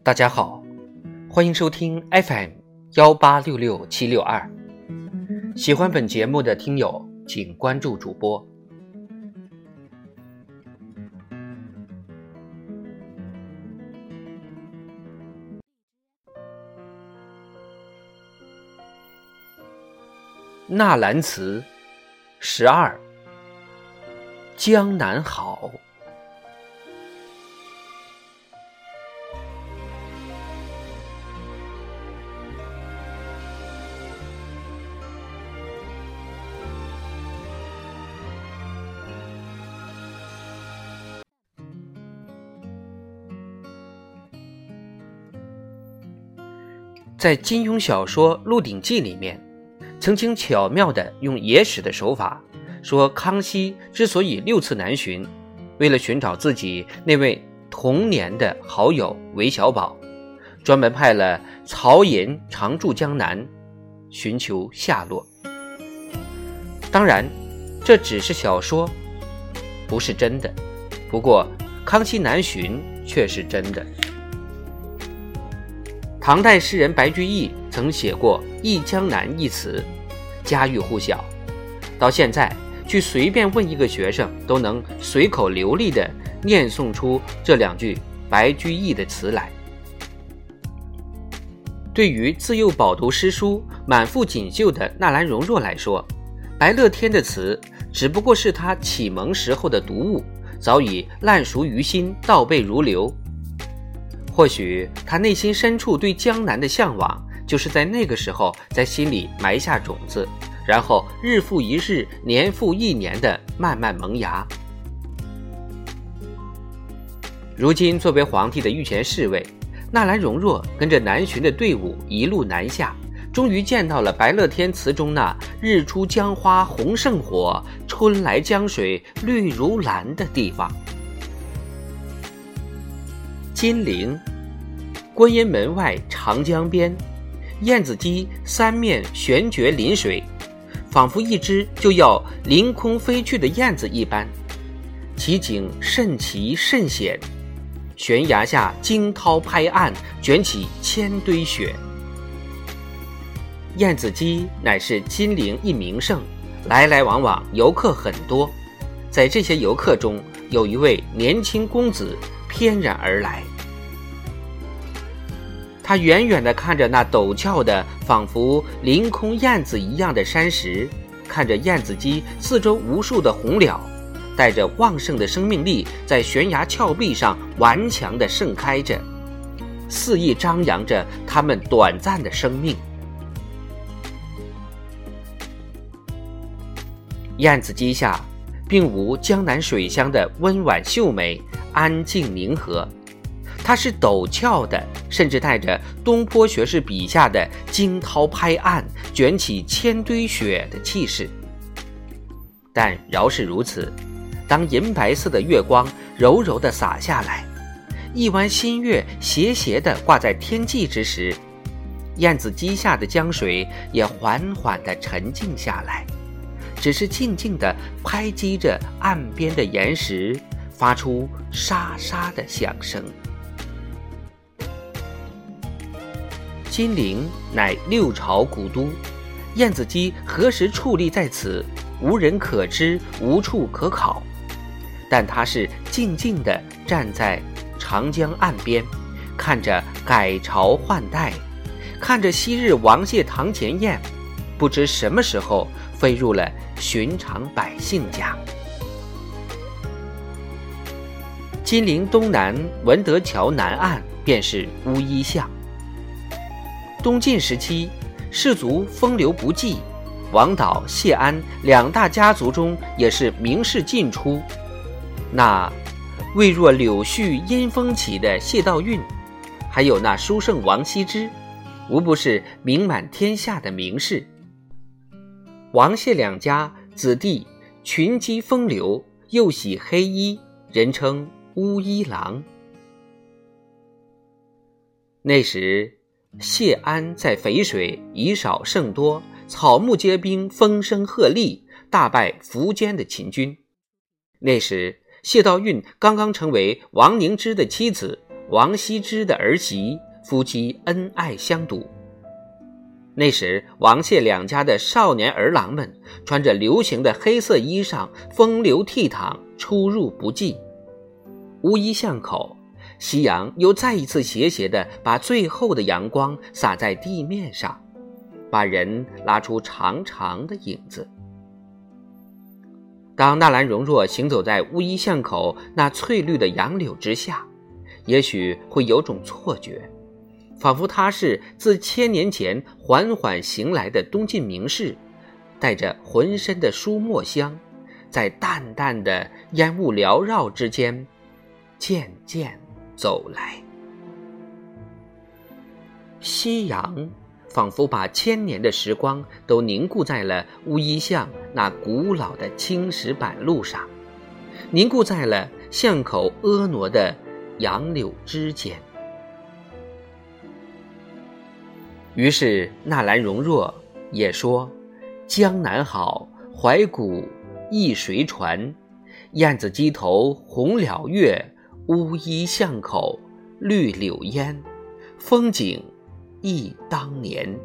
大家好，欢迎收听 FM1866762。喜欢本节目的听友，请关注主播。纳兰词12，江南好。在金庸小说《鹿鼎记》里面，曾经巧妙地用野史的手法说，康熙之所以6次南巡，为了寻找自己那位童年的好友韦小宝，专门派了曹寅常驻江南，寻求下落。当然，这只是小说，不是真的。不过，康熙南巡却是真的。唐代诗人白居易曾写过《忆江南》一词，家喻户晓。到现在，去随便问一个学生，都能随口流利地念诵出这2句白居易的词来。对于自幼饱读诗书、满腹锦绣的纳兰容若来说，白乐天的词只不过是他启蒙时候的读物，早已烂熟于心，倒背如流。或许他内心深处对江南的向往，就是在那个时候在心里埋下种子，然后日复一日，年复一年的慢慢萌芽。如今作为皇帝的御前侍卫，纳兰容若跟着南巡的队伍一路南下，终于见到了白乐天词中那日出江花红胜火，春来江水绿如蓝的地方。金陵，观音门外长江边，燕子矶三面悬绝临水，仿佛一只就要凌空飞去的燕子一般，其景甚奇甚险，悬崖下惊涛拍岸，卷起千堆雪。燕子矶乃是金陵一名胜，来来往往游客很多。在这些游客中，有一位年轻公子翩然而来，他远远地看着那陡峭的仿佛凌空燕子一样的山石，看着燕子矶四周无数的红鸟，带着旺盛的生命力在悬崖峭壁上顽强地盛开着，肆意张扬着它们短暂的生命。燕子矶下并无江南水乡的温婉秀美，安静宁和，它是陡峭的，甚至带着东坡学士笔下的惊涛拍岸，卷起千堆雪的气势。但饶是如此，当银白色的月光柔柔地洒下来，一弯新月斜斜地挂在天际之时，燕子矶下的江水也缓缓地沉静下来，只是静静地拍击着岸边的岩石，发出沙沙的响声。金陵乃6朝古都，燕子矶何时矗立在此，无人可知，无处可考。但他是静静地站在长江岸边，看着改朝换代，看着昔日王谢堂前燕，不知什么时候飞入了寻常百姓家。金陵东南文德桥南岸便是乌衣巷。东晋时期，士族风流不济，王导、谢安2大家族中也是名士尽出。那未若柳絮因风起的谢道韫，还有那书圣王羲之，无不是名满天下的名士。王谢2家子弟群机风流，又喜黑衣，人称乌衣郎。那时谢安在淝水以少胜多，草木皆兵，风声鹤唳，大败苻坚的秦军。那时谢道韫刚刚成为王凝之的妻子， 王羲之的儿媳，夫妻恩爱相笃。那时王谢两家的少年儿郎们穿着流行的黑色衣裳，风流倜傥，出入不忌。乌衣巷口，夕阳又再一次斜斜地把最后的阳光洒在地面上，把人拉出长长的影子。当纳兰容若行走在乌衣巷口那翠绿的杨柳之下，也许会有种错觉，仿佛他是自千年前缓缓行来的东晋名士，带着浑身的书墨香，在淡淡的烟雾缭绕之间渐渐走来。夕阳仿佛把千年的时光都凝固在了乌衣巷那古老的青石板路上，凝固在了巷口婀娜的杨柳枝间。于是纳兰容若也说：江南好，怀古忆谁传，燕子鸡头红了月，乌衣巷口绿柳烟，风景忆当年。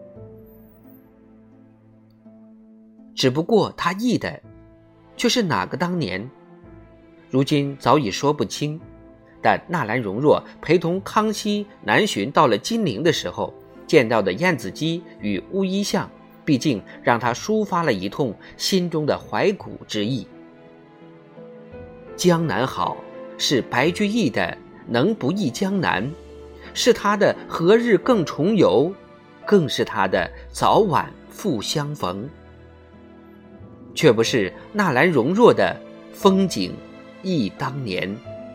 只不过他忆的却是哪个当年，如今早已说不清。但纳兰容若陪同康熙南巡到了金陵的时候，见到的燕子矶与乌衣巷，毕竟让他抒发了一通心中的怀古之意。江南好是白居易的能不忆江南，是他的何日更重游，更是他的早晚复相逢，却不是纳兰容若的风景忆当年。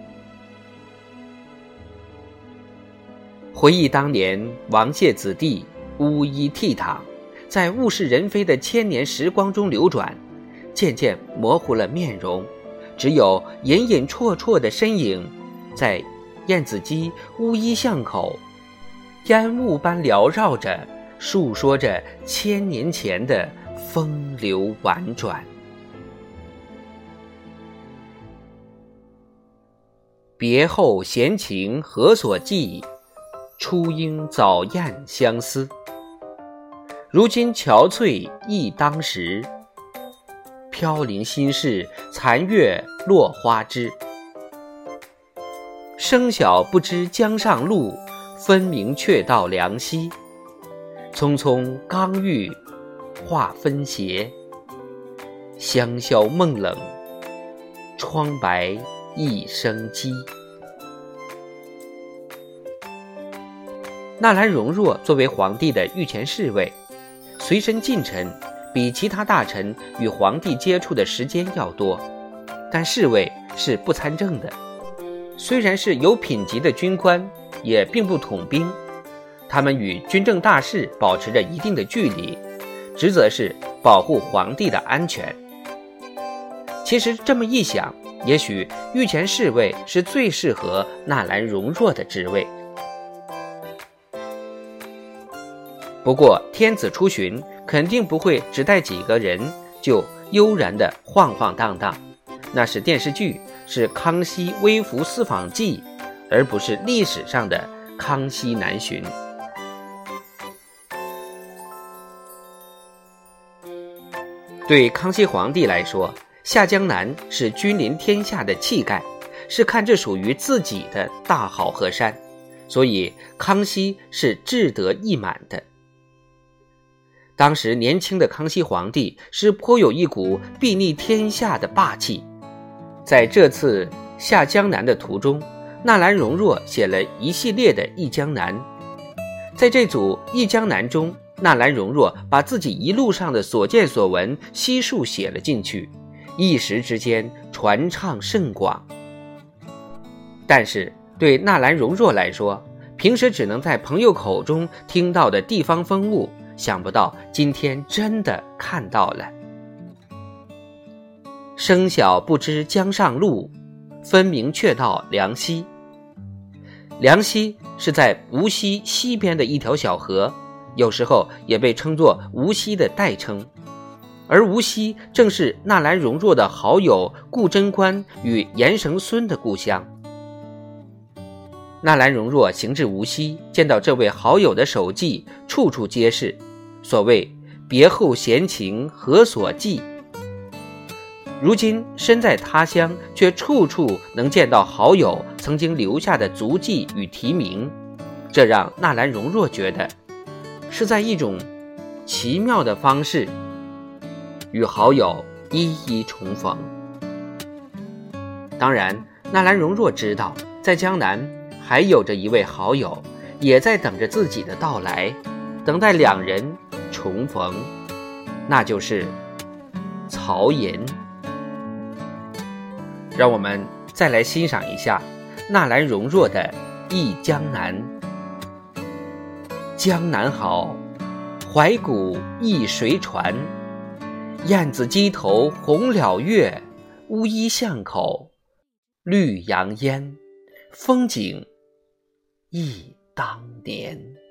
回忆当年王谢子弟乌衣倜傥，在物是人非的千年时光中流转，渐渐模糊了面容，只有隐隐绰绰的身影，在燕子矶乌衣巷口烟雾般缭绕着，述说着千年前的风流婉转。别后闲情何所寄，初应早燕相思。如今憔悴忆当时，飘零心事残月落花枝。生小不知江上路，分明却道梁西。匆匆刚遇话分斜，香消梦冷，窗白一声鸡。纳兰容若作为皇帝的御前侍卫，随身近臣比其他大臣与皇帝接触的时间要多，但侍卫是不参政的，虽然是有品级的军官，也并不统兵，他们与军政大事保持着一定的距离，职责是保护皇帝的安全。其实这么一想，也许御前侍卫是最适合纳兰容若的职位。不过天子出巡肯定不会只带几个人就悠然地晃晃荡荡，那是电视剧，是康熙微服私访记，而不是历史上的康熙南巡。对康熙皇帝来说，下江南是君临天下的气概，是看这属于自己的大好河山，所以康熙是志得意满的。当时年轻的康熙皇帝是颇有一股睥睨天下的霸气。在这次下江南的途中，纳兰容若写了一系列的忆江南。在这组忆江南中，纳兰容若把自己一路上的所见所闻悉数写了进去，一时之间传唱甚广。但是对纳兰容若来说，平时只能在朋友口中听到的地方风物，想不到今天真的看到了。生小不知江上路，分明却道梁西。梁西是在无锡西边的一条小河，有时候也被称作无锡的代称。而无锡正是纳兰容若的好友顾贞观与严绳孙的故乡。 纳兰容若行至无锡，见到这位好友的手迹处处皆是，所谓别后闲情何所寄。如今身在他乡，却处处能见到好友曾经留下的足迹与题名，这让纳兰容若觉得是在一种奇妙的方式与好友一一重逢。当然，纳兰容若知道，在江南还有着一位好友，也在等着自己的到来，等待两人重逢，那就是曹寅。让我们再来欣赏一下纳兰容若的《忆江南》。江南好，怀古忆谁传？燕子矶头红了月，乌衣巷口绿杨烟，风景忆当年。